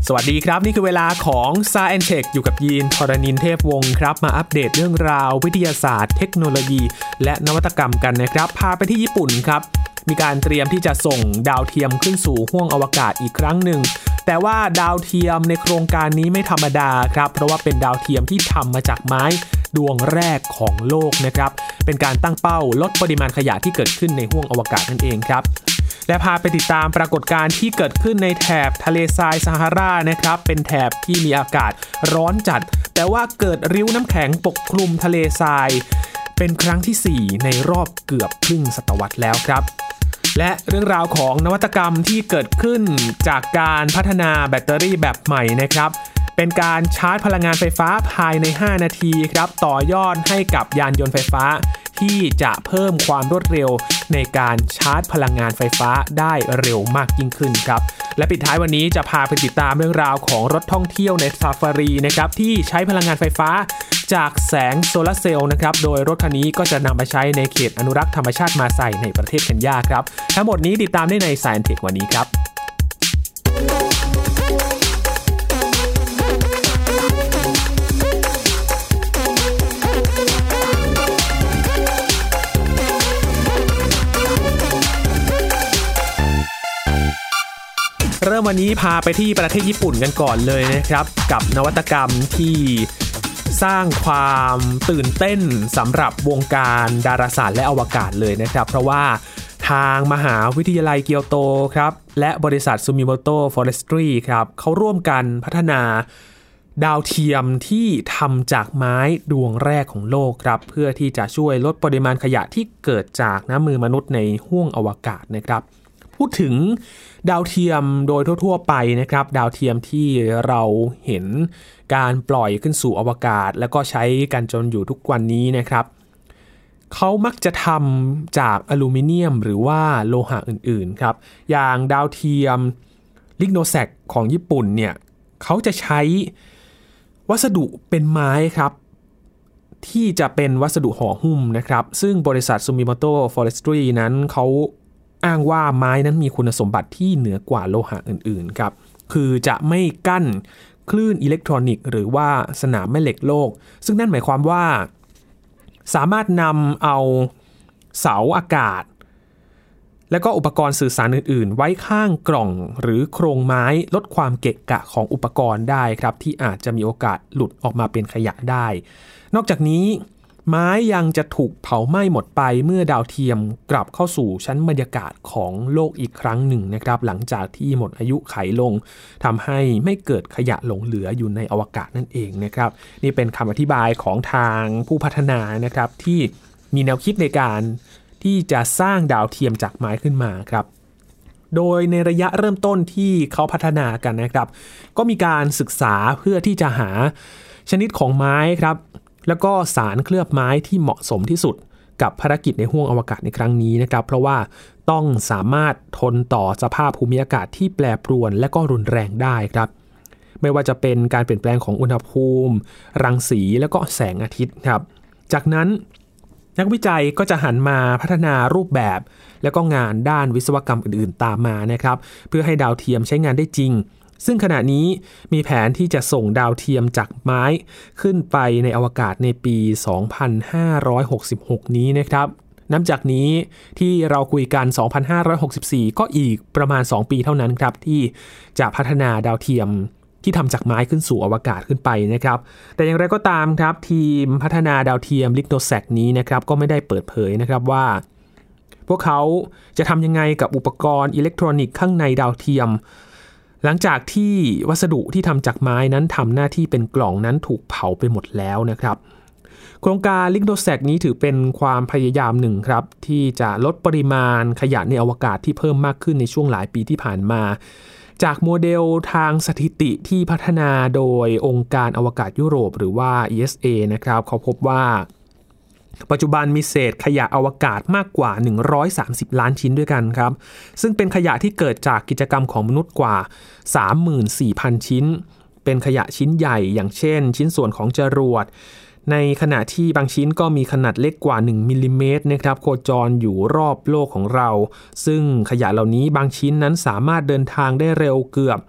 สวัสดีครับนี่คือเวลาของ Science Tech อยู่กับยีนทรณินเทพวงศ์ครับมาอัปเดตเรื่องราววิทยาศาสตร์เทคโนโลยีและนวัตกรรมกันนะครับพาไปที่ญี่ปุ่นครับมีการเตรียมที่จะส่งดาวเทียมขึ้นสู่ห้วงอวกาศอีกครั้งหนึ่งแต่ว่าดาวเทียมในโครงการนี้ไม่ธรรมดาครับเพราะว่าเป็นดาวเทียมที่ทำมาจากไม้ดวงแรกของโลกนะครับเป็นการตั้งเป้าลดปริมาณขยะที่เกิดขึ้นในห้วงอวกาศนั่นเองครับและพาไปติดตามปรากฏการณ์ที่เกิดขึ้นในแถบทะเลทรายซาฮารานะครับเป็นแถบที่มีอากาศร้อนจัดแต่ว่าเกิดริ้วน้ำแข็งปกคลุมทะเลทรายเป็นครั้งที่4ในรอบเกือบครึ่งศตวรรษแล้วครับและเรื่องราวของนวัตกรรมที่เกิดขึ้นจากการพัฒนาแบตเตอรี่แบบใหม่นะครับเป็นการชาร์จพลังงานไฟฟ้าภายใน5นาทีครับต่อยอดให้กับยานยนต์ไฟฟ้าที่จะเพิ่มความรวดเร็วในการชาร์จพลังงานไฟฟ้าได้เร็วมากยิ่งขึ้นครับและปิดท้ายวันนี้จะพาไปติดตามเรื่องราวของรถท่องเที่ยวในซาฟารีนะครับที่ใช้พลังงานไฟฟ้าจากแสงโซลาร์เซลล์นะครับโดยรถคันนี้ก็จะนำไปใช้ในเขตอนุรักษ์ธรรมชาติมาไซในประเทศเคนยาครับทั้งหมดนี้ติดตามได้ใน Science Tech วันนี้ครับเริ่มวันนี้พาไปที่ประเทศญี่ปุ่นกันก่อนเลยนะครับกับนวัตกรรมที่สร้างความตื่นเต้นสำหรับวงการดาราศาสตร์และอวกาศเลยนะครับเพราะว่าทางมหาวิทยาลัยเกียวโตครับและบริษัทซูมิโมโตฟอเรสตรีครับเขาร่วมกันพัฒนาดาวเทียมที่ทำจากไม้ดวงแรกของโลกครับเพื่อที่จะช่วยลดปริมาณขยะที่เกิดจากน้ำมือมนุษย์ในห้วงอวกาศนะครับพูดถึงดาวเทียมโดยทั่วๆไปนะครับดาวเทียมที่เราเห็นการปล่อยขึ้นสู่อวกาศแล้วก็ใช้กันจนอยู่ทุกวันนี้นะครับเขามักจะทำจากอลูมิเนียมหรือว่าโลหะอื่นๆครับอย่างดาวเทียมลิกโนแซกของญี่ปุ่นเนี่ยเขาจะใช้วัสดุเป็นไม้ครับที่จะเป็นวัสดุห่อหุ้มนะครับซึ่งบริษัทซูมิโมโตฟอเรสตรีนั้นเขาอ้างว่าไม้นั้นมีคุณสมบัติที่เหนือกว่าโลหะอื่นๆครับคือจะไม่กั้นคลื่นอิเล็กทรอนิกส์หรือว่าสนามแม่เหล็กโลกซึ่งนั่นหมายความว่าสามารถนำเอาเสาอากาศและก็อุปกรณ์สื่อสารอื่นๆไว้ข้างกล่องหรือโครงไม้ลดความเกะกะของอุปกรณ์ได้ครับที่อาจจะมีโอกาสหลุดออกมาเป็นขยะได้นอกจากนี้ไม้ยังจะถูกเผาไหม้หมดไปเมื่อดาวเทียมกลับเข้าสู่ชั้นบรรยากาศของโลกอีกครั้งหนึ่งนะครับหลังจากที่หมดอายุไขลงทำให้ไม่เกิดขยะหลงเหลืออยู่ในอวกาศนั่นเองนะครับนี่เป็นคำอธิบายของทางผู้พัฒนานะครับที่มีแนวคิดในการที่จะสร้างดาวเทียมจากไม้ขึ้นมาครับโดยในระยะเริ่มต้นที่เขาพัฒนากันนะครับก็มีการศึกษาเพื่อที่จะหาชนิดของไม้ครับแล้วก็สารเคลือบไม้ที่เหมาะสมที่สุดกับภารกิจในห้วงอวกาศในครั้งนี้นะครับเพราะว่าต้องสามารถทนต่อสภาพภูมิอากาศที่แปรปรวนและก็รุนแรงได้ครับไม่ว่าจะเป็นการเปลี่ยนแปลงของอุณหภูมิรังสีแล้วก็แสงอาทิตย์ครับจากนั้นนักวิจัยก็จะหันมาพัฒนารูปแบบและก็งานด้านวิศวกรรมอื่นๆตามมานะครับเพื่อให้ดาวเทียมใช้งานได้จริงซึ่งขณะนี้มีแผนที่จะส่งดาวเทียมจากไม้ขึ้นไปในอวกาศในปี 2566 นี้นะครับนับจากนี้ที่เราคุยกัน 2564 ก็อีกประมาณ2ปีเท่านั้นครับที่จะพัฒนาดาวเทียมที่ทำจากไม้ขึ้นสู่อวกาศขึ้นไปนะครับแต่อย่างไรก็ตามครับทีมพัฒนาดาวเทียมลิกโนแซกนี้นะครับก็ไม่ได้เปิดเผยนะครับว่าพวกเขาจะทำยังไงกับอุปกรณ์อิเล็กทรอนิกส์ข้างในดาวเทียมหลังจากที่วัสดุที่ทำจากไม้นั้นทำหน้าที่เป็นกล่องนั้นถูกเผาไปหมดแล้วนะครับโครงการลิกโนแซกนี้ถือเป็นความพยายามหนึ่งครับที่จะลดปริมาณขยะในอวกาศที่เพิ่มมากขึ้นในช่วงหลายปีที่ผ่านมาจากโมเดลทางสถิติที่พัฒนาโดยองค์การอวกาศยุโรปหรือว่า ESA นะครับเขาพบว่าปัจจุบันมีเศษขยะอวกาศมากกว่า130ล้านชิ้นด้วยกันครับซึ่งเป็นขยะที่เกิดจากกิจกรรมของมนุษย์กว่า 34,000 ชิ้นเป็นขยะชิ้นใหญ่อย่างเช่นชิ้นส่วนของจรวด ในขณะที่บางชิ้นก็มีขนาดเล็กกว่า1มิลลิเมตรนะครับโคจรอยู่รอบโลกของเราซึ่งขยะเหล่านี้บางชิ้นนั้นสามารถเดินทางได้เร็วเกือบ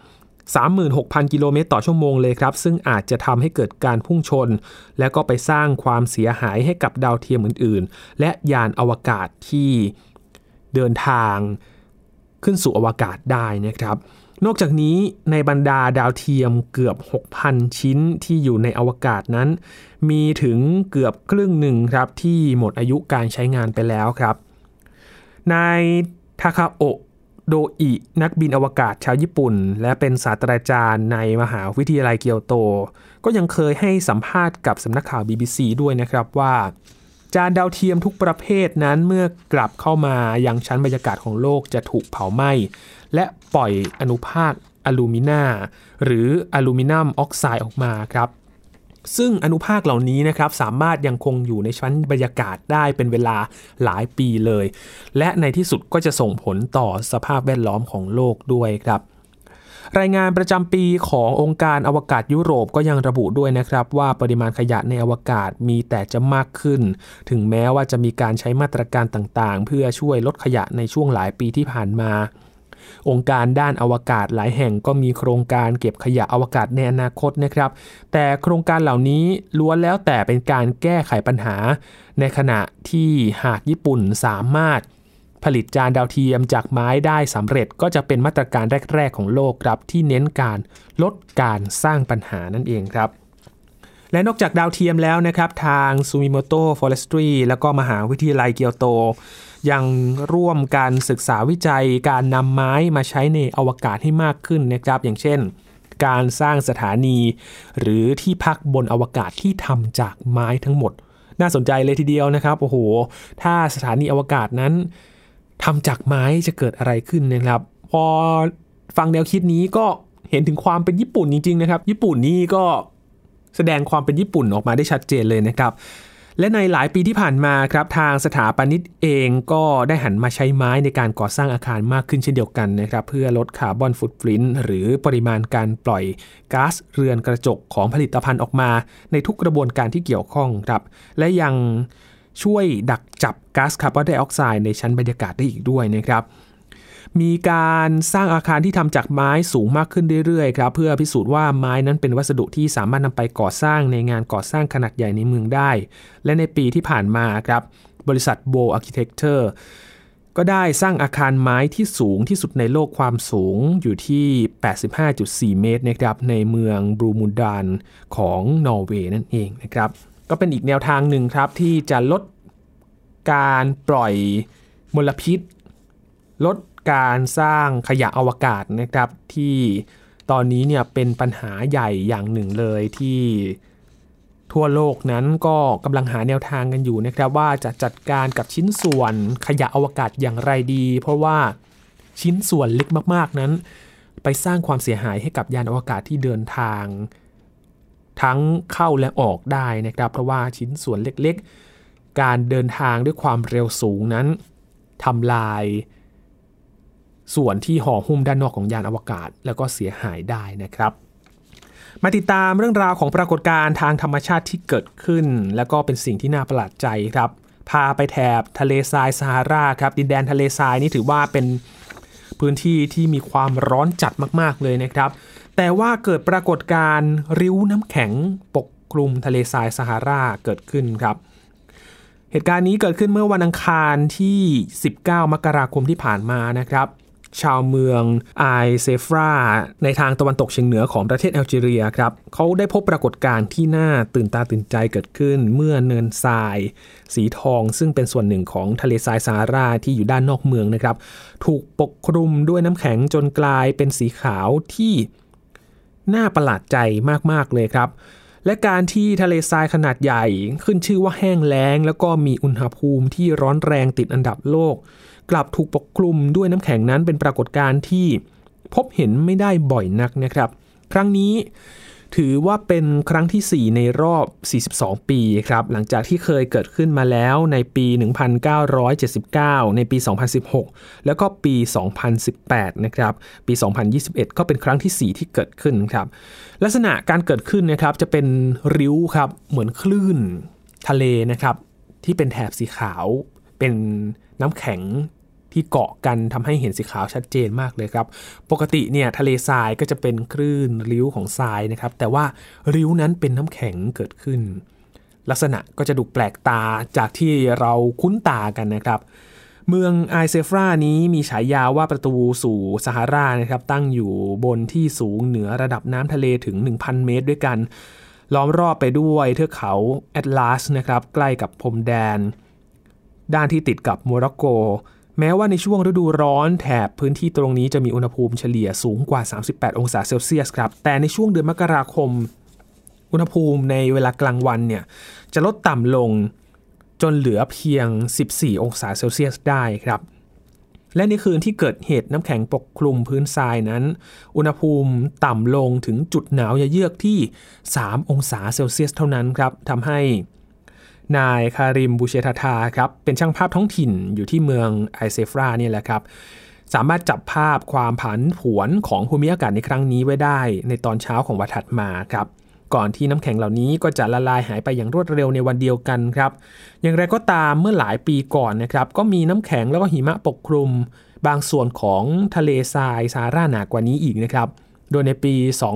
36,000 กิโลเมตรต่อชั่วโมงเลยครับซึ่งอาจจะทำให้เกิดการพุ่งชนและก็ไปสร้างความเสียหายให้กับดาวเทียมอื่นๆและยานอวกาศที่เดินทางขึ้นสู่อวกาศได้นะครับนอกจากนี้ในบรรดาดาวเทียมเกือบ 6,000 ชิ้นที่อยู่ในอวกาศนั้นมีถึงเกือบครึ่งหนึ่งครับที่หมดอายุการใช้งานไปแล้วครับนายทาคาโอะโดอินักบินอวกาศชาวญี่ปุ่นและเป็นศาสตราจารย์ในมหาวิทยาลัยเกียวโตก็ยังเคยให้สัมภาษณ์กับสำนักข่าว BBC ด้วยนะครับว่าจานดาวเทียมทุกประเภทนั้นเมื่อกลับเข้ามายังชั้นบรรยากาศของโลกจะถูกเผาไหม้และปล่อยอนุภาคอลูมินาหรืออลูมิเนียมออกไซด์ออกมาครับซึ่งอนุภาคเหล่านี้นะครับสามารถยังคงอยู่ในชั้นบรรยากาศได้เป็นเวลาหลายปีเลยและในที่สุดก็จะส่งผลต่อสภาพแวดล้อมของโลกด้วยครับรายงานประจำปีขององค์การอวกาศยุโรปก็ยังระบุด้วยนะครับว่าปริมาณขยะในอวกาศมีแต่จะมากขึ้นถึงแม้ว่าจะมีการใช้มาตรการต่างๆเพื่อช่วยลดขยะในช่วงหลายปีที่ผ่านมาองค์การด้านอวกาศหลายแห่งก็มีโครงการเก็บขยะอวกาศในอนาคตนะครับแต่โครงการเหล่านี้ล้วนแล้วแต่เป็นการแก้ไขปัญหาในขณะที่หากญี่ปุ่นสามารถผลิตจานดาวเทียมจากไม้ได้สำเร็จก็จะเป็นมาตรการแรกๆของโลกครับที่เน้นการลดการสร้างปัญหานั่นเองครับและนอกจากดาวเทียมแล้วนะครับทาง Sumitomo Forestry แล้วก็มหาวิทยาลัยเกียวโตยังร่วมกันศึกษาวิจัยการนำไม้มาใช้ในอวกาศให้มากขึ้นนะครับอย่างเช่นการสร้างสถานีหรือที่พักบนอวกาศที่ทำจากไม้ทั้งหมดน่าสนใจเลยทีเดียวนะครับโอ้โหถ้าสถานีอวกาศนั้นทำจากไม้จะเกิดอะไรขึ้นนะครับพอฟังแนวคิดนี้ก็เห็นถึงความเป็นญี่ปุ่นจริงๆนะครับญี่ปุ่นนี่ก็แสดงความเป็นญี่ปุ่นออกมาได้ชัดเจนเลยนะครับและในหลายปีที่ผ่านมาครับทางสถาปนิกเองก็ได้หันมาใช้ไม้ในการก่อสร้างอาคารมากขึ้นเช่นเดียวกันนะครับเพื่อลดคาร์บอนฟุตพริ้นท์หรือปริมาณการปล่อยก๊าซเรือนกระจกของผลิตภัณฑ์ออกมาในทุกกระบวนการที่เกี่ยวข้องครับและยังช่วยดักจับก๊าซคาร์บอนไดออกไซด์ในชั้นบรรยากาศได้อีกด้วยนะครับมีการสร้างอาคารที่ทำจากไม้สูงมากขึ้นเรื่อยๆครับเพื่อพิสูจน์ว่าไม้นั้นเป็นวัสดุที่สามารถนำไปก่อสร้างในงานก่อสร้างขนาดใหญ่ในเมืองได้และในปีที่ผ่านมาครับบริษัท Bow Architecture ก็ได้สร้างอาคารไม้ที่สูงที่สุดในโลกความสูงอยู่ที่ 85.4 เมตรนะครับในเมืองบรูมุนดานของนอร์เวย์นั่นเองนะครับก็เป็นอีกแนวทางหนึ่งครับที่จะลดการปล่อยมลพิษลดการสร้างขยะอวกาศนะครับที่ตอนนี้เนี่ยเป็นปัญหาใหญ่อย่างหนึ่งเลยที่ทั่วโลกนั้นก็กำลังหาแนวทางกันอยู่นะครับว่าจะจัดการกับชิ้นส่วนขยะอวกาศอย่างไรดีเพราะว่าชิ้นส่วนเล็กมากๆนั้นไปสร้างความเสียหายให้กับยานอวกาศที่เดินทางทั้งเข้าและออกได้นะครับเพราะว่าชิ้นส่วนเล็กๆการเดินทางด้วยความเร็วสูงนั้นทำลายส่วนที่ห่อหุ้มด้านนอกของยานอวกาศแล้วก็เสียหายได้นะครับมาติดตามเรื่องราวของปรากฏการณ์ทางธรรมชาติที่เกิดขึ้นแล้วก็เป็นสิ่งที่น่าประหลาดใจครับพาไปแถบทะเลทรายซาฮาราครับดินแดนทะเลทรายนี่ถือว่าเป็นพื้นที่ที่มีความร้อนจัดมากๆเลยนะครับแต่ว่าเกิดปรากฏการณ์ริ้วน้ำแข็งปกคลุมทะเลทรายซาฮาราเกิดขึ้นครับเหตุการณ์นี้เกิดขึ้นเมื่อวันอังคารที่19 มกราคมที่ผ่านมานะครับชาวเมืองไอเซฟราในทางตะวันตกเฉียงเหนือของประเทศแอลจีเรียครับเขาได้พบปรากฏการณ์ที่น่าตื่นตาตื่นใจเกิดขึ้นเมื่อเนินทรายสีทองซึ่งเป็นส่วนหนึ่งของทะเลทรายซาฮาราที่อยู่ด้านนอกเมืองนะครับถูกปกคลุมด้วยน้ำแข็งจนกลายเป็นสีขาวที่น่าประหลาดใจมากๆเลยครับและการที่ทะเลทรายขนาดใหญ่ขึ้นชื่อว่าแห้งแล้งแล้วก็มีอุณหภูมิที่ร้อนแรงติดอันดับโลกกลับถูกปกคลุมด้วยน้ำแข็งนั้นเป็นปรากฏการณ์ที่พบเห็นไม่ได้บ่อยนักนะครับครั้งนี้ถือว่าเป็นครั้งที่4ในรอบ42ปีครับหลังจากที่เคยเกิดขึ้นมาแล้วในปี1979ในปี2016แล้วก็ปี2018นะครับปี2021ก็เป็นครั้งที่4ที่เกิดขึ้นครับลักษณะการเกิดขึ้นนะครับจะเป็นริ้วครับเหมือนคลื่นทะเลนะครับที่เป็นแถบสีขาวเป็นน้ำแข็งที่เกาะกันทำให้เห็นสีขาวชัดเจนมากเลยครับปกติเนี่ยทะเลทรายก็จะเป็นคลื่นริ้วของทรายนะครับแต่ว่าริ้วนั้นเป็นน้ำแข็งเกิดขึ้นลักษณะก็จะดูแปลกตาจากที่เราคุ้นตากันนะครับเมืองไอเซฟรานี้มีฉายาว่าประตูสู่ซาฮารานะครับตั้งอยู่บนที่สูงเหนือระดับน้ำทะเลถึง 1,000 เมตรด้วยกันล้อมรอบไปด้วยเทือกเขาแอตลาสนะครับใกล้กับพรมแดนด้านที่ติดกับโมร็อกโกแม้ว่าในช่วงฤดูร้อนแถบพื้นที่ตรงนี้จะมีอุณหภูมิเฉลี่ยสูงกว่า38องศาเซลเซียสครับแต่ในช่วงเดือนมกราคมอุณหภูมิในเวลากลางวันเนี่ยจะลดต่ำลงจนเหลือเพียง14องศาเซลเซียสได้ครับและในคืนที่เกิดเหตุน้ำแข็งปกคลุมพื้นทรายนั้นอุณหภูมิต่ำลงถึงจุดหนาวเยือกที่3องศาเซลเซียสเท่านั้นครับทำให้นายคาริมบูเชทาทาครับเป็นช่างภาพท้องถิ่นอยู่ที่เมืองไอเซฟรานี่แหละครับสามารถจับภาพความผันผวนของภูมิอากาศในครั้งนี้ไว้ได้ในตอนเช้าของวันถัดมาครับก่อนที่น้ำแข็งเหล่านี้ก็จะละลายหายไปอย่างรวดเร็วในวันเดียวกันครับอย่างไรก็ตามเมื่อหลายปีก่อนนะครับก็มีน้ำแข็งแล้วก็หิมะปกคลุมบางส่วนของทะเลทรายซาฮาราหนากว่านี้อีกนะครับโดยในปี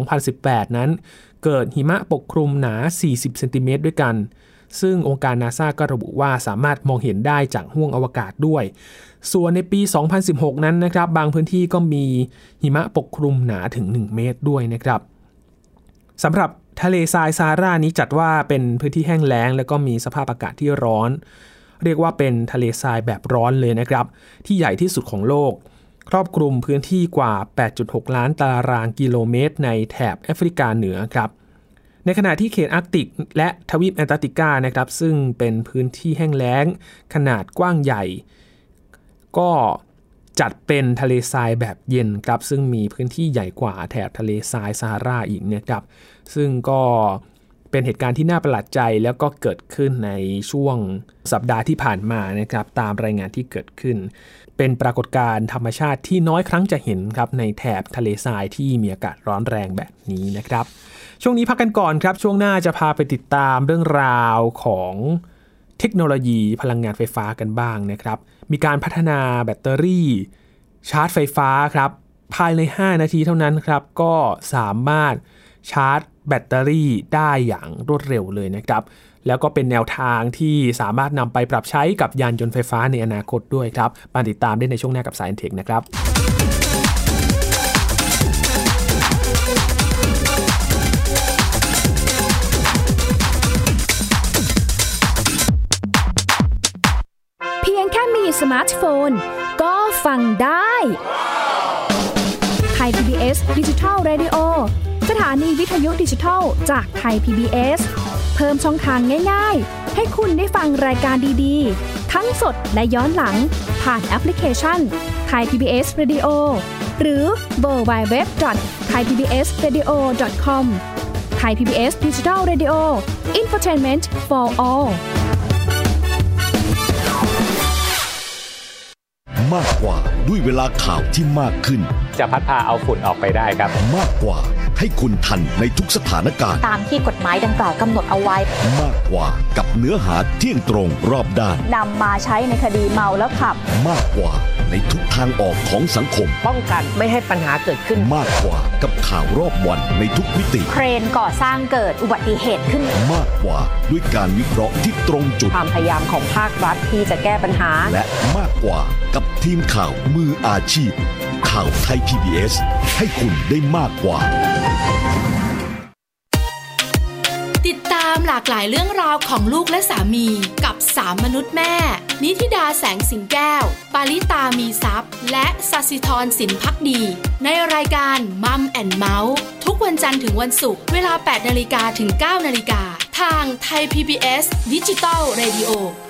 2018 นั้นเกิดหิมะปกคลุมหนา40เซนติเมตรด้วยกันซึ่งองค์การนาซาก็ระบุว่าสามารถมองเห็นได้จากห้วงอวกาศด้วยส่วนในปี 2016 นั้นนะครับบางพื้นที่ก็มีหิมะปกคลุมหนาถึง1เมตรด้วยนะครับสำหรับทะเลทรายซาฮารานี้จัดว่าเป็นพื้นที่แห้งแล้งและก็มีสภาพอากาศที่ร้อนเรียกว่าเป็นทะเลทรายแบบร้อนเลยนะครับที่ใหญ่ที่สุดของโลกครอบคลุมพื้นที่กว่า 8.6 ล้านตารางกิโลเมตรในแถบแอฟริกาเหนือครับในขณะที่เขตอาร์กติกและทวีปแอนตาร์กติกานะครับซึ่งเป็นพื้นที่แห้งแล้งขนาดกว้างใหญ่ก็จัดเป็นทะเลทรายแบบเย็นครับซึ่งมีพื้นที่ใหญ่กว่าแถบทะเลทรายซาฮาราอีกนะครับซึ่งก็เป็นเหตุการณ์ที่น่าประหลาดใจแล้วก็เกิดขึ้นในช่วงสัปดาห์ที่ผ่านมานะครับตามรายงานที่เกิดขึ้นเป็นปรากฏการณ์ธรรมชาติที่น้อยครั้งจะเห็นครับในแถบทะเลทรายที่มีอากาศร้อนแรงแบบนี้นะครับช่วงนี้พักกันก่อนครับช่วงหน้าจะพาไปติดตามเรื่องราวของเทคโนโลยีพลังงานไฟฟ้ากันบ้างนะครับมีการพัฒนาแบตเตอรี่ชาร์จไฟฟ้าครับภายใน5นาทีเท่านั้นครับก็สามารถชาร์จแบตเตอรี่ได้อย่างรวดเร็วเลยนะครับแล้วก็เป็นแนวทางที่สามารถนำไปปรับใช้กับยานยนต์ไฟฟ้าในอนาคตด้วยครับมาติดตามได้ในช่วงหน้ากับ Science Tech นะครับเพียงแค่มีสมาร์ทโฟนก็ฟังได้ไทย PBS Digital Radio สถานีวิทยุดิจิทัลจากไทย PBS เพิ่มช่องทางง่ายๆให้คุณได้ฟังรายการดีๆทั้งสดและย้อนหลังผ่านแอปพลิเคชัน Thai PBS Radio หรือ www.thaipbsradio.com Thai PBS Digital Radio Infotainment for all มากกว่าด้วยเวลาข่าวที่มากขึ้นจะพัดพาเอาฝุ่นออกไปได้ครับมากกว่าให้คุณทันในทุกสถานการณ์ตามที่กฎหมายดังกล่าวกำหนดเอาไว้มากกว่ากับเนื้อหาเที่ยงตรงรอบด้านนำมาใช้ในคดีเมาแล้วขับมากกว่าในทุกทางออกของสังคมป้องกันไม่ให้ปัญหาเกิดขึ้นมากกว่ากับข่าวรอบวันในทุกมิติเครนก่อสร้างเกิดอุบัติเหตุขึ้นมากกว่าด้วยการวิเคราะห์ที่ตรงจุดความพยายามของภาครัฐที่จะแก้ปัญหาและมากกว่ากับทีมข่าวมืออาชีพข่าวไทย PBS ให้คุณได้มากกว่าติดตามหลากหลายเรื่องราวของลูกและสามีกับ3มนุษย์แม่นิธิดาแสงสิงแก้วปาริตามีทรัพย์และศศิธรสินภักดีในรายการมัมแอนด์เมาส์ทุกวันจันทร์ถึงวันศุกร์เวลา 8:00 นถึง 9:00 นทางไทย PBS Digital Radio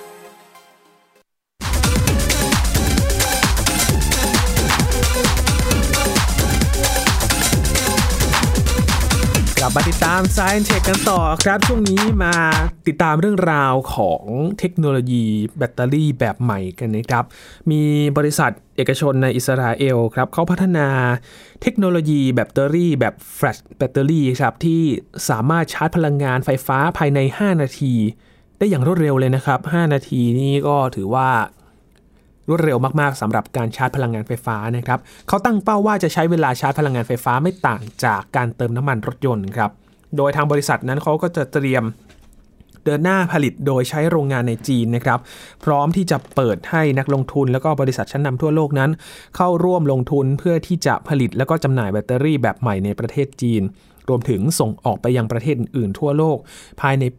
กลับมาติดตาม Science Tech กันต่อครับช่วงนี้มาติดตามเรื่องราวของเทคโนโลยีแบตเตอรี่แบบใหม่กันนะครับมีบริษัทเอกชนในอิสราเอลครับเขาพัฒนาเทคโนโลยีแบตเตอรี่แบบแฟลชแบตเตอรี่ครับที่สามารถชาร์จพลังงานไฟฟ้าภายใน5นาทีได้อย่างรวดเร็วเลยนะครับ5นาทีนี่ก็ถือว่ารวดเร็วมากๆสำหรับการชาร์จพลังงานไฟฟ้านะครับเขาตั้งเป้าว่าจะใช้เวลาชาร์จพลังงานไฟฟ้าไม่ต่างจากการเติมน้ำมันรถยนต์ครับโดยทางบริษัทนั้นเขาก็จะเตรียมเดินหน้าผลิตโดยใช้โรงงานในจีนนะครับพร้อมที่จะเปิดให้นักลงทุนแล้วก็บริษัทชั้นนำทั่วโลกนั้นเข้าร่วมลงทุนเพื่อที่จะผลิตแล้วก็จำหน่ายแบตเตอรี่แบบใหม่ในประเทศจีนรวมถึงส่งออกไปยังประเทศอื่นๆทั่วโลกภายในปี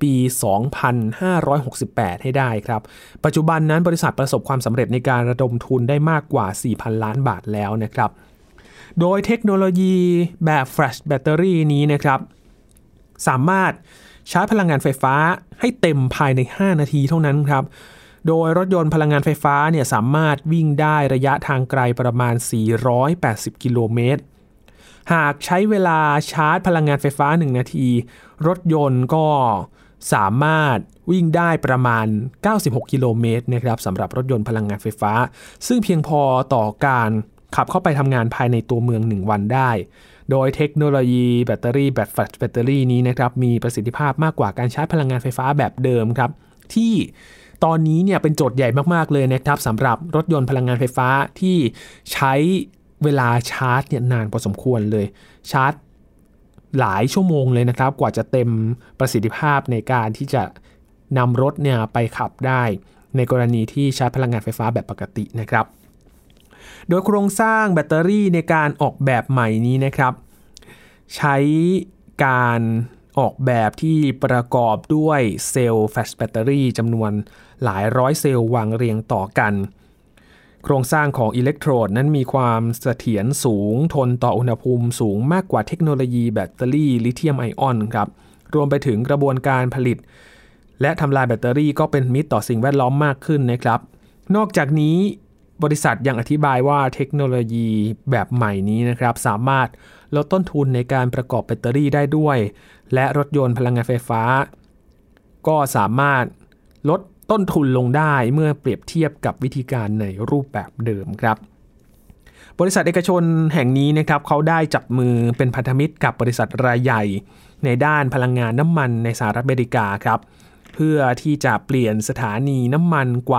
2568 ให้ได้ครับปัจจุบันนั้นบริษัทประสบความสำเร็จในการระดมทุนได้มากกว่า 4,000 ล้านบาทแล้วนะครับโดยเทคโนโลยีแบบแฟลชแบตเตอรี่นี้นะครับสามารถชาร์จพลังงานไฟฟ้าให้เต็มภายใน5นาทีเท่านั้นครับโดยรถยนต์พลังงานไฟฟ้าเนี่ยสามารถวิ่งได้ระยะทางไกลประมาณ480กิโลเมตรหากใช้เวลาชาร์จพลังงานไฟฟ้า1นาทีรถยนต์ก็สามารถวิ่งได้ประมาณ96กิโลเมตรนะครับสำหรับรถยนต์พลังงานไฟฟ้าซึ่งเพียงพอต่อการขับเข้าไปทำงานภายในตัวเมือง1วันได้โดยเทคโนโลยีแบตเตอรี่แบบแฟลชแบตเตอรี่นี้นะครับมีประสิทธิภาพมากกว่าการชาร์จพลังงานไฟฟ้าแบบเดิมครับที่ตอนนี้เนี่ยเป็นโจทย์ใหญ่มากๆเลยนะครับสำหรับรถยนต์พลังงานไฟฟ้าที่ใช้เวลาชาร์จเนี่ยนานพอสมควรเลยชาร์จหลายชั่วโมงเลยนะครับกว่าจะเต็มประสิทธิภาพในการที่จะนำรถเนี่ยไปขับได้ในกรณีที่ชาร์จพลังงานไฟฟ้าแบบปกตินะครับโดยโครงสร้างแบตเตอรี่ในการออกแบบใหม่นี้นะครับใช้การออกแบบที่ประกอบด้วยเซลล์แฟลชแบตเตอรี่จำนวนหลายร้อยเซลล์วางเรียงต่อกันโครงสร้างของอิเล็กโทรดนั้นมีความเสถียรสูงทนต่ออุณหภูมิสูงมากกว่าเทคโนโลยีแบตเตอรี่ลิเธียมไอออนครับรวมไปถึงกระบวนการผลิตและทำลายแบตเตอรี่ก็เป็นมิตรต่อสิ่งแวดล้อมมากขึ้นนะครับนอกจากนี้บริษัทยังอธิบายว่าเทคโนโลยีแบบใหม่นี้นะครับสามารถลดต้นทุนในการประกอบแบตเตอรี่ได้ด้วยและรถยนต์พลังงานไฟฟ้าก็สามารถลดต้นทุนลงได้เมื่อเปรียบเทียบกับวิธีการในรูปแบบเดิมครับบริษัทเอกชนแห่งนี้นะครับเขาได้จับมือเป็นพันธมิตรกับบริษัทรายใหญ่ในด้านพลังงานน้ำมันในสหรัฐอเมริกาครับเพื่อที่จะเปลี่ยนสถานีน้ำมันกว่า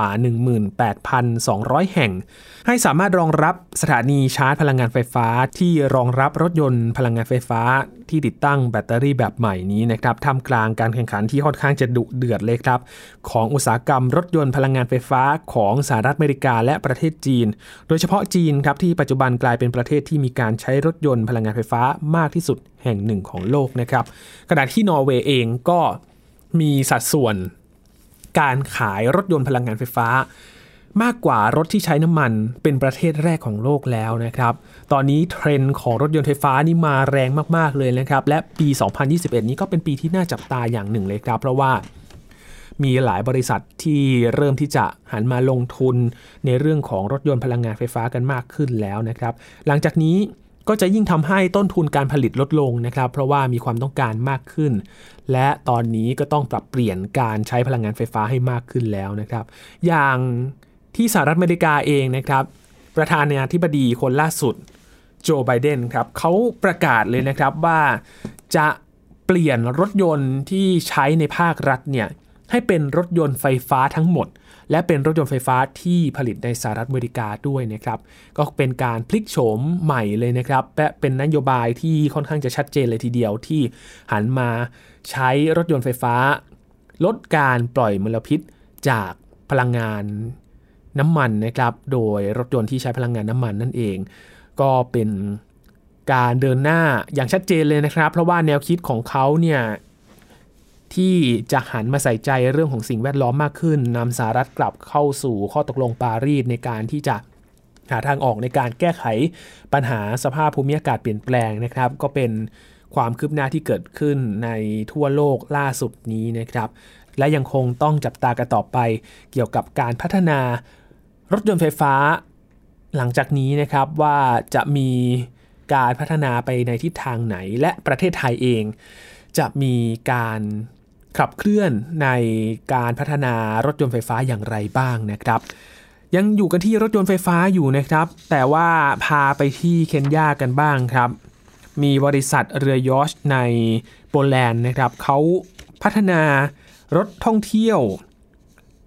18,200 แห่งให้สามารถรองรับสถานีชาร์จพลังงานไฟฟ้าที่รองรับรถยนต์พลังงานไฟฟ้าที่ติดตั้งแบตเตอรี่แบบใหม่นี้นะครับท่ามกลางการแข่งขันที่ค่อนข้างจะดุเดือดเลยครับของอุตสาหกรรมรถยนต์พลังงานไฟฟ้าของสหรัฐอเมริกาและประเทศจีนโดยเฉพาะจีนครับที่ปัจจุบันกลายเป็นประเทศที่มีการใช้รถยนต์พลังงานไฟฟ้ามากที่สุดแห่งหนึ่งของโลกนะครับขณะที่นอร์เวย์เองก็มีสัดส่วนการขายรถยนต์พลังงานไฟฟ้ามากกว่ารถที่ใช้น้ำมันเป็นประเทศแรกของโลกแล้วนะครับตอนนี้เทรนด์ของรถยนต์ไฟฟ้านี่มาแรงมากๆเลยนะครับและปี 2021 นี้ก็เป็นปีที่น่าจับตาอย่างหนึ่งเลยครับเพราะว่ามีหลายบริษัทที่เริ่มที่จะหันมาลงทุนในเรื่องของรถยนต์พลังงานไฟฟ้ากันมากขึ้นแล้วนะครับหลังจากนี้ก็จะยิ่งทำให้ต้นทุนการผลิตลดลงนะครับเพราะว่ามีความต้องการมากขึ้นและตอนนี้ก็ต้องปรับเปลี่ยนการใช้พลังงานไฟฟ้าให้มากขึ้นแล้วนะครับอย่างที่สหรัฐอเมริกาเองนะครับประธานาธิบดีคนล่าสุดโจไบเดนครับเขาประกาศเลยนะครับว่าจะเปลี่ยนรถยนต์ที่ใช้ในภาครัฐเนี่ยให้เป็นรถยนต์ไฟฟ้าทั้งหมดและเป็นรถยนต์ไฟฟ้าที่ผลิตในสหรัฐอเมริกาด้วยนะครับก็เป็นการพลิกโฉมใหม่เลยนะครับและเป็นนโยบายที่ค่อนข้างจะชัดเจนเลยทีเดียวที่หันมาใช้รถยนต์ไฟฟ้าลดการปล่อยมลพิษจากพลังงานน้ำมันนะครับโดยรถยนต์ที่ใช้พลังงานน้ำมันนั่นเองก็เป็นการเดินหน้าอย่างชัดเจนเลยนะครับเพราะว่าแนวคิดของเขาเนี่ยที่จะหันมาใส่ใจเรื่องของสิ่งแวดล้อมมากขึ้นนำสหรัฐกลับเข้าสู่ข้อตกลงปารีสในการที่จะหาทางออกในการแก้ไขปัญหาสภาพภูมิอากาศเปลี่ยนแปลงนะครับก็เป็นความคืบหน้าที่เกิดขึ้นในทั่วโลกล่าสุดนี้นะครับและยังคงต้องจับตากันต่อไปเกี่ยวกับการพัฒนารถยนต์ไฟฟ้าหลังจากนี้นะครับว่าจะมีการพัฒนาไปในทิศทางไหนและประเทศไทยเองจะมีการขับเคลื่อนในการพัฒนารถยนต์ไฟฟ้าอย่างไรบ้างนะครับยังอยู่กันที่รถยนต์ไฟฟ้าอยู่นะครับแต่ว่าพาไปที่เคนยากันบ้างครับมีบริษัทเรือยอชต์ในโปแลนด์นะครับเขาพัฒนารถท่องเที่ยว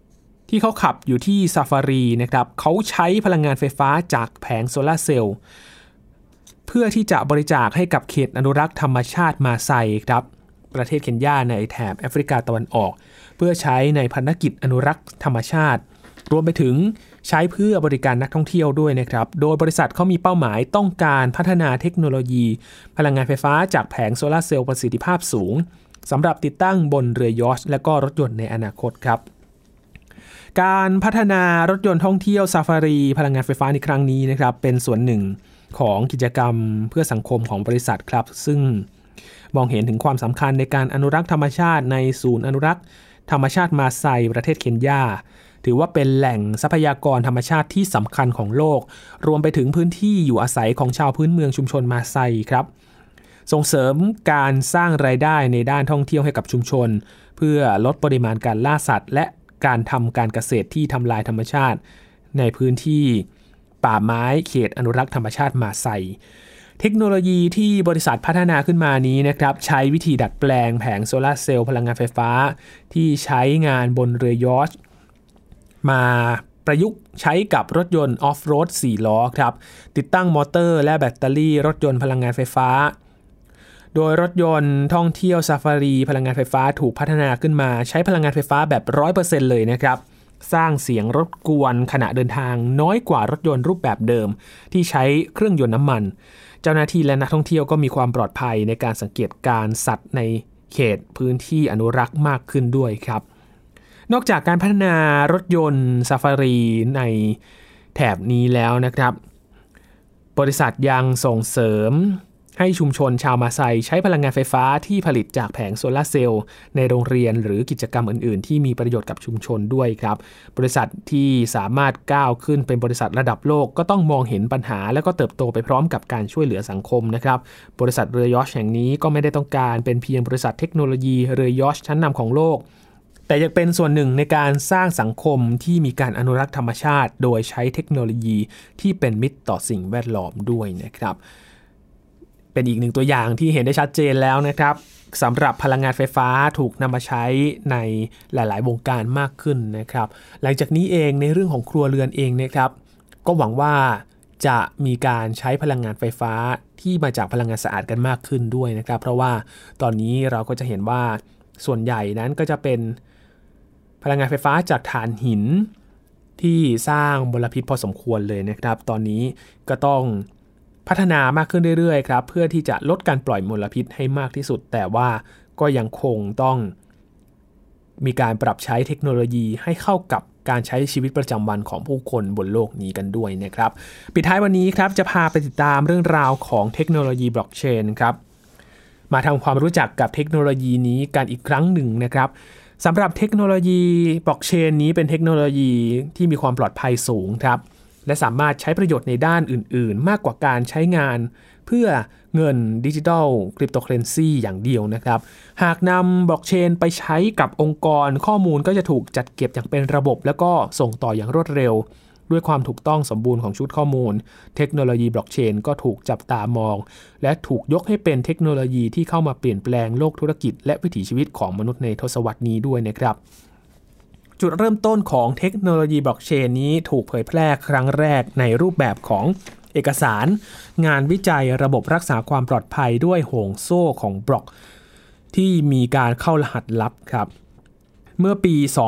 ที่เขาขับอยู่ที่ซาฟารีนะครับเขาใช้พลังงานไฟฟ้าจากแผงโซลาร์เซลล์เพื่อที่จะบริจาคให้กับเขตอนุรักษ์ธรรมชาติมาไซครับประเทศเคนยาในแถบแอฟริกาตะวันออกเพื่อใช้ในภารกิจอนุรักษ์ธรรมชาติรวมไปถึงใช้เพื่อบริการนักท่องเที่ยวด้วยนะครับโดยบริษัทเขามีเป้าหมายต้องการพัฒนาเทคโนโลยีพลังงานไฟฟ้าจากแผงโซลาร์เซลล์ประสิทธิภาพสูงสำหรับติดตั้งบนเรือยอชต์และก็รถยนต์ในอนาคตครับการพัฒนารถยนต์ท่องเที่ยวซาฟารีพลังงานไฟฟ้าในครั้งนี้นะครับเป็นส่วนหนึ่งของกิจกรรมเพื่อสังคมของบริษัทครับซึ่งมองเห็นถึงความสำคัญในการอนุรักษ์ธรรมชาติในศูนย์อนุรักษ์ธรรมชาติมาไซประเทศเคนยาถือว่าเป็นแหล่งทรัพยากรธรรมชาติที่สำคัญของโลกรวมไปถึงพื้นที่อยู่อาศัยของชาวพื้นเมืองชุมชนมาไซครับส่งเสริมการสร้างรายได้ในด้านท่องเที่ยวให้กับชุมชนเพื่อลดปริมาณการล่าสัตว์และการทำการเกษตรที่ทำลายธรรมชาติในพื้นที่ป่าไม้เขตอนุรักษ์ธรรมชาติมาไซเทคโนโลยีที่บริษัทพัฒนาขึ้นมานี้นะครับใช้วิธีดัดแปลงแผงโซลาร์เซลล์พลังงานไฟฟ้าที่ใช้งานบนเรือยอชต์มาประยุกต์ใช้กับรถยนต์ออฟโรด4ล้อครับติดตั้งมอเตอร์และแบตเตอรี่รถยนต์พลังงานไฟฟ้าโดยรถยนต์ท่องเที่ยวซาฟารีพลังงานไฟฟ้าถูกพัฒนาขึ้นมาใช้พลังงานไฟฟ้าแบบ 100% เลยนะครับสร้างเสียงรบกวนขณะเดินทางน้อยกว่ารถยนต์รูปแบบเดิมที่ใช้เครื่องยนต์น้ำมันเจ้าหน้าที่และนักท่องเที่ยวก็มีความปลอดภัยในการสังเกตการสัตว์ในเขตพื้นที่อนุรักษ์มากขึ้นด้วยครับนอกจากการพัฒนารถยนต์ซาฟารีในแถบนี้แล้วนะครับบริษัทยังส่งเสริมให้ชุมชนชาวมาไซใช้พลังงานไฟฟ้าที่ผลิตจากแผงโซลาร์เซลล์ในโรงเรียนหรือกิจกรรมอื่นๆที่มีประโยชน์กับชุมชนด้วยครับบริษัทที่สามารถก้าวขึ้นเป็นบริษัทระดับโลกก็ต้องมองเห็นปัญหาและก็เติบโตไปพร้อมกับการช่วยเหลือสังคมนะครับบริษัทเรือยอชต์แห่งนี้ก็ไม่ได้ต้องการเป็นเพียงบริษัทเทคโนโลยีเรือยอชต์ชั้นนำของโลกแต่ยังเป็นส่วนหนึ่งในการสร้างสังคมที่มีการอนุรักษ์ธรรมชาติโดยใช้เทคโนโลยีที่เป็นมิตรต่อสิ่งแวดล้อมด้วยนะครับเป็นอีกหนึ่งตัวอย่างที่เห็นได้ชัดเจนแล้วนะครับสำหรับพลังงานไฟฟ้าถูกนำมาใช้ในหลายๆวงการมากขึ้นนะครับหลังจากนี้เองในเรื่องของครัวเรือนเองนะครับก็หวังว่าจะมีการใช้พลังงานไฟฟ้าที่มาจากพลังงานสะอาดกันมากขึ้นด้วยนะครับเพราะว่าตอนนี้เราก็จะเห็นว่าส่วนใหญ่นั้นก็จะเป็นพลังงานไฟฟ้าจากถ่านหินที่สร้างมลพิษพอสมควรเลยนะครับตอนนี้ก็ต้องพัฒนามากขึ้นเรื่อยๆครับเพื่อที่จะลดการปล่อยมลพิษให้มากที่สุดแต่ว่าก็ยังคงต้องมีการปรับใช้เทคโนโลยีให้เข้ากับการใช้ชีวิตประจำวันของผู้คนบนโลกนี้กันด้วยนะครับปิดท้ายวันนี้ครับจะพาไปติดตามเรื่องราวของเทคโนโลยีบล็อกเชนครับมาทำความรู้จักกับเทคโนโลยีนี้กันอีกครั้งหนึ่งนะครับสำหรับเทคโนโลยีบล็อกเชนนี้เป็นเทคโนโลยีที่มีความปลอดภัยสูงครับและสามารถใช้ประโยชน์ในด้านอื่นๆมากกว่าการใช้งานเพื่อเงินดิจิทัลคริปโตเคอเรนซีอย่างเดียวนะครับหากนำบล็อกเชนไปใช้กับองค์กรข้อมูลก็จะถูกจัดเก็บอย่างเป็นระบบแล้วก็ส่งต่ออย่างรวดเร็วด้วยความถูกต้องสมบูรณ์ของชุดข้อมูลเทคโนโลยีบล็อกเชนก็ถูกจับตามองและถูกยกให้เป็นเทคโนโลยีที่เข้ามาเปลี่ยนแปลงโลกธุรกิจและวิถีชีวิตของมนุษย์ในทศวรรษนี้ด้วยนะครับจุดเริ่มต้นของเทคโนโลยีบล็อกเชนนี้ถูกเผยแพร่ครั้งแรกในรูปแบบของเอกสารงานวิจัยระบบรักษาความปลอดภัยด้วยห่วงโซ่ของบล็อกที่มีการเข้ารหัสลับครับเมื่อปี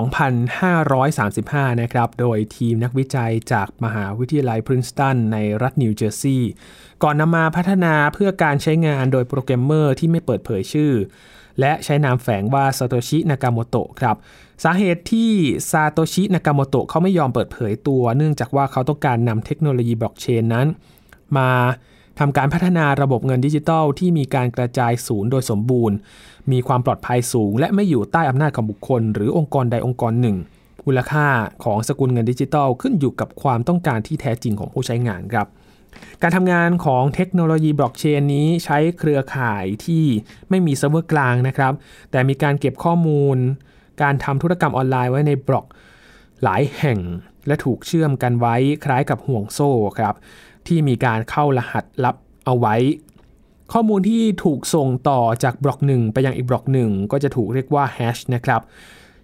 2535 นะครับโดยทีมนักวิจัยจากมหาวิทยาลัยพรินสตันในรัฐนิวเจอร์ซีย์ก่อนนำมาพัฒนาเพื่อการใช้งานโดยโปรแกรมเมอร์ที่ไม่เปิดเผยชื่อและใช้นามแฝงว่าซาโตชิ นากาโมโตะครับสาเหตุที่ซาโตชิ นากาโมโตะเขาไม่ยอมเปิดเผยตัวเนื่องจากว่าเขาต้องการนำเทคโนโลยีบล็อกเชนนั้นมาทำการพัฒนาระบบเงินดิจิทัลที่มีการกระจายศูนย์โดยสมบูรณ์มีความปลอดภัยสูงและไม่อยู่ใต้อำนาจของบุคคลหรือองค์กรใดองค์กรหนึ่งมูลค่าของสกุลเงินดิจิทัลขึ้นอยู่กับความต้องการที่แท้จริงของผู้ใช้งานครับการทำงานของเทคโนโลยีบล็อกเชนนี้ใช้เครือข่ายที่ไม่มีเซิร์ฟเวอร์กลางนะครับแต่มีการเก็บข้อมูลการทำธุรกรรมออนไลน์ไว้ในบล็อกหลายแห่งและถูกเชื่อมกันไว้คล้ายกับห่วงโซ่ครับที่มีการเข้ารหัสลับเอาไว้ข้อมูลที่ถูกส่งต่อจากบล็อกหนึ่งไปยังอีกบล็อกหนึ่งก็จะถูกเรียกว่าแฮชนะครับ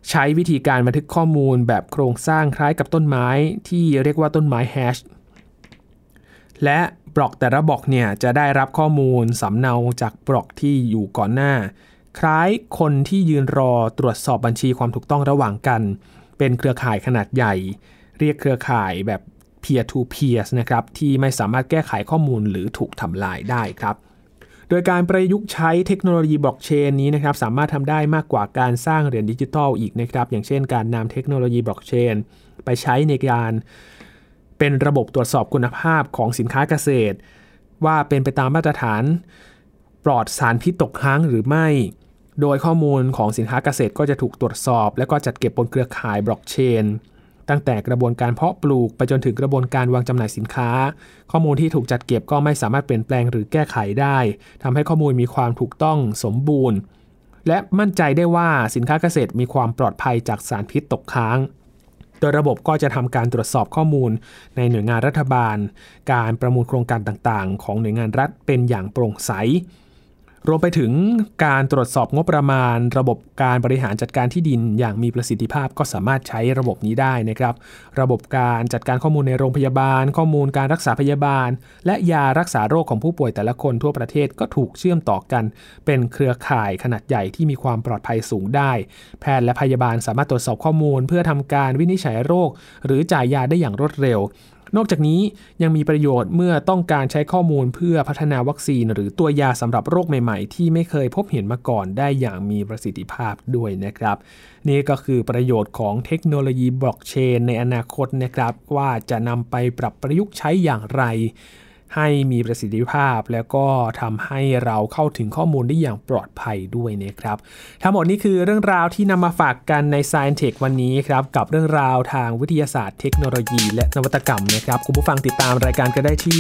ใช้วิธีการบันทึกข้อมูลแบบโครงสร้างคล้ายกับต้นไม้ที่เรียกว่าต้นไม้แฮชและบล็อกแต่ละบล็อกเนี่ยจะได้รับข้อมูลสำเนาจากบล็อกที่อยู่ก่อนหน้าคล้ายคนที่ยืนรอตรวจสอบบัญชีความถูกต้องระหว่างกันเป็นเครือข่ายขนาดใหญ่เรียกเครือข่ายแบบ peer to peer นะครับที่ไม่สามารถแก้ไขข้อมูลหรือถูกทำลายได้ครับโดยการประยุกต์ใช้เทคโนโลยีบล็อกเชนนี้นะครับสามารถทำได้มากกว่าการสร้างเหรียญดิจิทัลอีกนะครับอย่างเช่นการนำเทคโนโลยีบล็อกเชนไปใช้ในการเป็นระบบตรวจสอบคุณภาพของสินค้าเกษตรว่าเป็นไปตามมาตรฐานปลอดสารพิษตกค้างหรือไม่โดยข้อมูลของสินค้าเกษตรก็จะถูกตรวจสอบและก็จัดเก็บบนเครือข่ายบล็อกเชนตั้งแต่กระบวนการเพาะปลูกไปจนถึงกระบวนการวางจำหน่ายสินค้าข้อมูลที่ถูกจัดเก็บก็ไม่สามารถเปลี่ยนแปลงหรือแก้ไขได้ทำให้ข้อมูลมีความถูกต้องสมบูรณ์และมั่นใจได้ว่าสินค้าเกษตรมีความปลอดภัยจากสารพิษตกค้างโดยระบบก็จะทำการตรวจสอบข้อมูลในหน่วยงานรัฐบาลการประมูลโครงการต่างๆของหน่วยงานรัฐเป็นอย่างโปร่งใสรวมไปถึงการตรวจสอบงบประมาณระบบการบริหารจัดการที่ดินอย่างมีประสิทธิภาพก็สามารถใช้ระบบนี้ได้นะครับระบบการจัดการข้อมูลในโรงพยาบาลข้อมูลการรักษาพยาบาลและยารักษาโรคของผู้ป่วยแต่ละคนทั่วประเทศก็ถูกเชื่อมต่อกันเป็นเครือข่ายขนาดใหญ่ที่มีความปลอดภัยสูงได้แพทย์และพยาบาลสามารถตรวจสอบข้อมูลเพื่อทำการวินิจฉัยโรคหรือจ่ายยาได้อย่างรวดเร็วนอกจากนี้ยังมีประโยชน์เมื่อต้องการใช้ข้อมูลเพื่อพัฒนาวัคซีนหรือตัวยาสำหรับโรคใหม่ๆที่ไม่เคยพบเห็นมาก่อนได้อย่างมีประสิทธิภาพด้วยนะครับนี่ก็คือประโยชน์ของเทคโนโลยีบล็อกเชนในอนาคตนะครับว่าจะนำไปปรับประยุกต์ใช้อย่างไรให้มีประสิทธิภาพแล้วก็ทำให้เราเข้าถึงข้อมูลได้อย่างปลอดภัยด้วยนะครับทั้งหมดนี้คือเรื่องราวที่นำมาฝากกันใน Science Tech วันนี้ครับกับเรื่องราวทางวิทยาศาสตร์เทคโนโลยีและนวัตกรรมนะครับคุณผู้ฟังติดตามรายการก็ได้ที่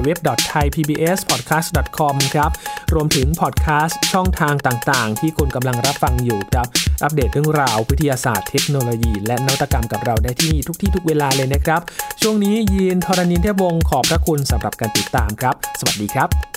www.thaipbspodcast.com ครับรวมถึงพอดแคสต์ช่องทางต่างๆที่คุณกำลังรับฟังอยู่ครับอัปเดตเรื่องราววิทยาศาสตร์เทคโนโลยีและนวัตกรรมกับเราได้ที่นี่ทุกที่ทุกเวลาเลยนะครับช่วงนี้ยีน ธรณินทร์ เทพวงศ์ขอบพระคุณสำหรับการติดตามครับสวัสดีครับ